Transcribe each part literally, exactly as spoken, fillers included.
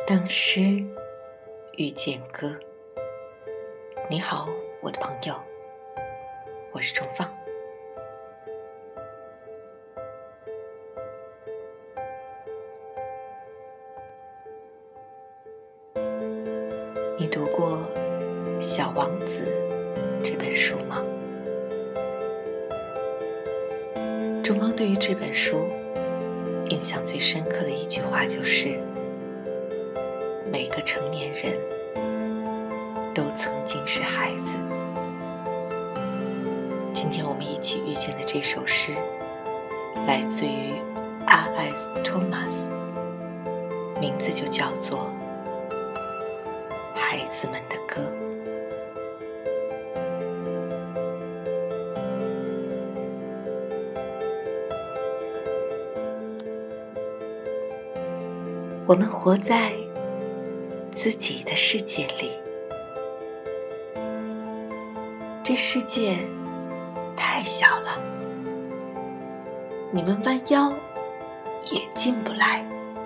当诗遇见歌。你好，我的朋友，我是钟放。你读过《小王子》这本书吗？钟放对于这本书印象最深刻的一句话就是每个成年人都曾经是孩子。今天我们一起遇见的这首诗来自于 R S Thomas， 名字就叫做《孩子们的歌》。我们活在自己的世界里，这世界太小了，你们弯腰也进不来。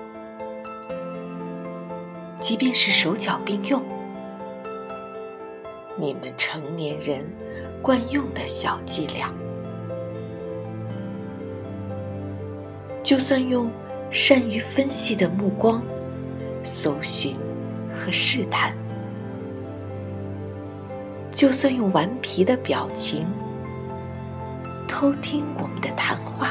即便是手脚并用，你们成年人惯用的小伎俩，就算用善于分析的目光搜寻和试探，就算用顽皮的表情偷听我们的谈话，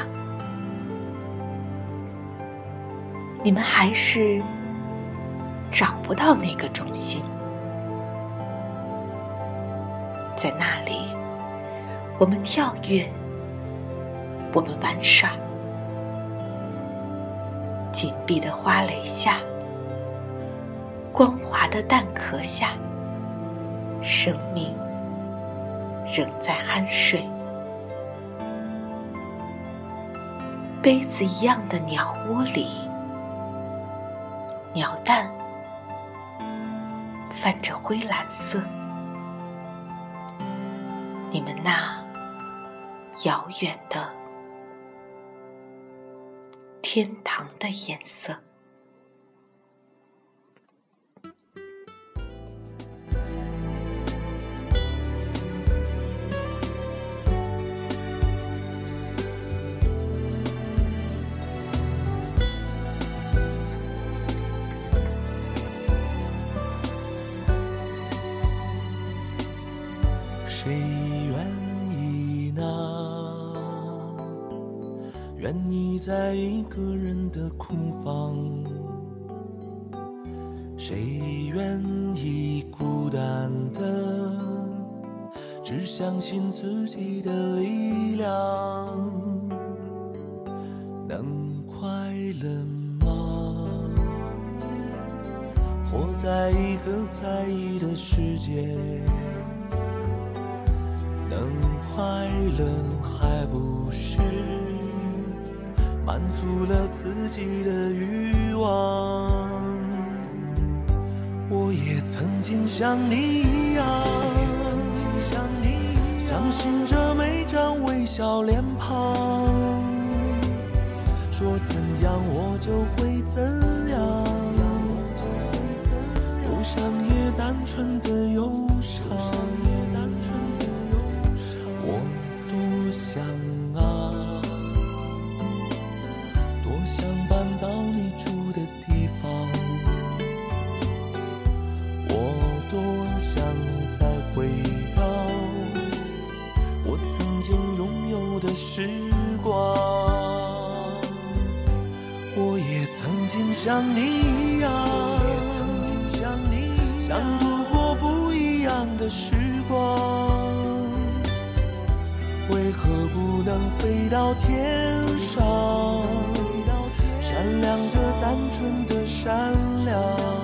你们还是找不到那个中心。在那里，我们跳跃，我们玩耍，紧闭的花蕾下，光滑的蛋壳下，生命仍在酣睡。杯子一样的鸟窝里，鸟蛋泛着灰蓝色，你们那遥远的天堂的颜色。 谁愿意呢？愿意在一个人的空房？谁愿意孤单的只相信自己的力量？能快乐吗？活在一个在意的世界，能快乐还不是满足了自己的欲望？我也曾经像你一样，相信着每张微笑脸庞，说怎样我就会怎样，忧伤也单纯的忧伤。我多想啊，多想搬到你住的地方，我多想再回到我曾经拥有的时光。我也曾经像你一样，想度过不一样的时光，为何不能飞到天上，闪亮着单纯的善良？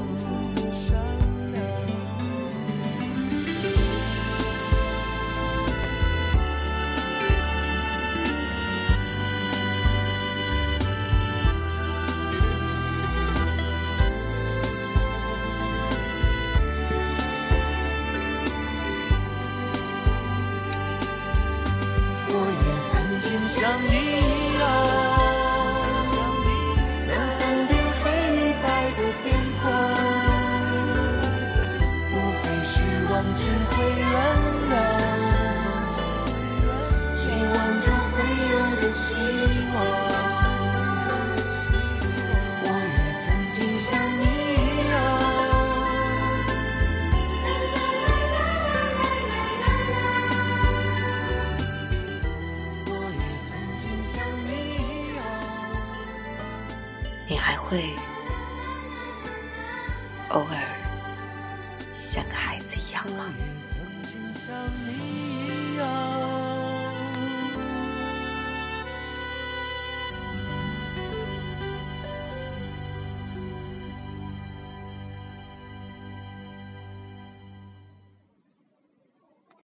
像你一样，能分辨黑白的变偶尔像个孩子一样吗？ 我也曾经像你一样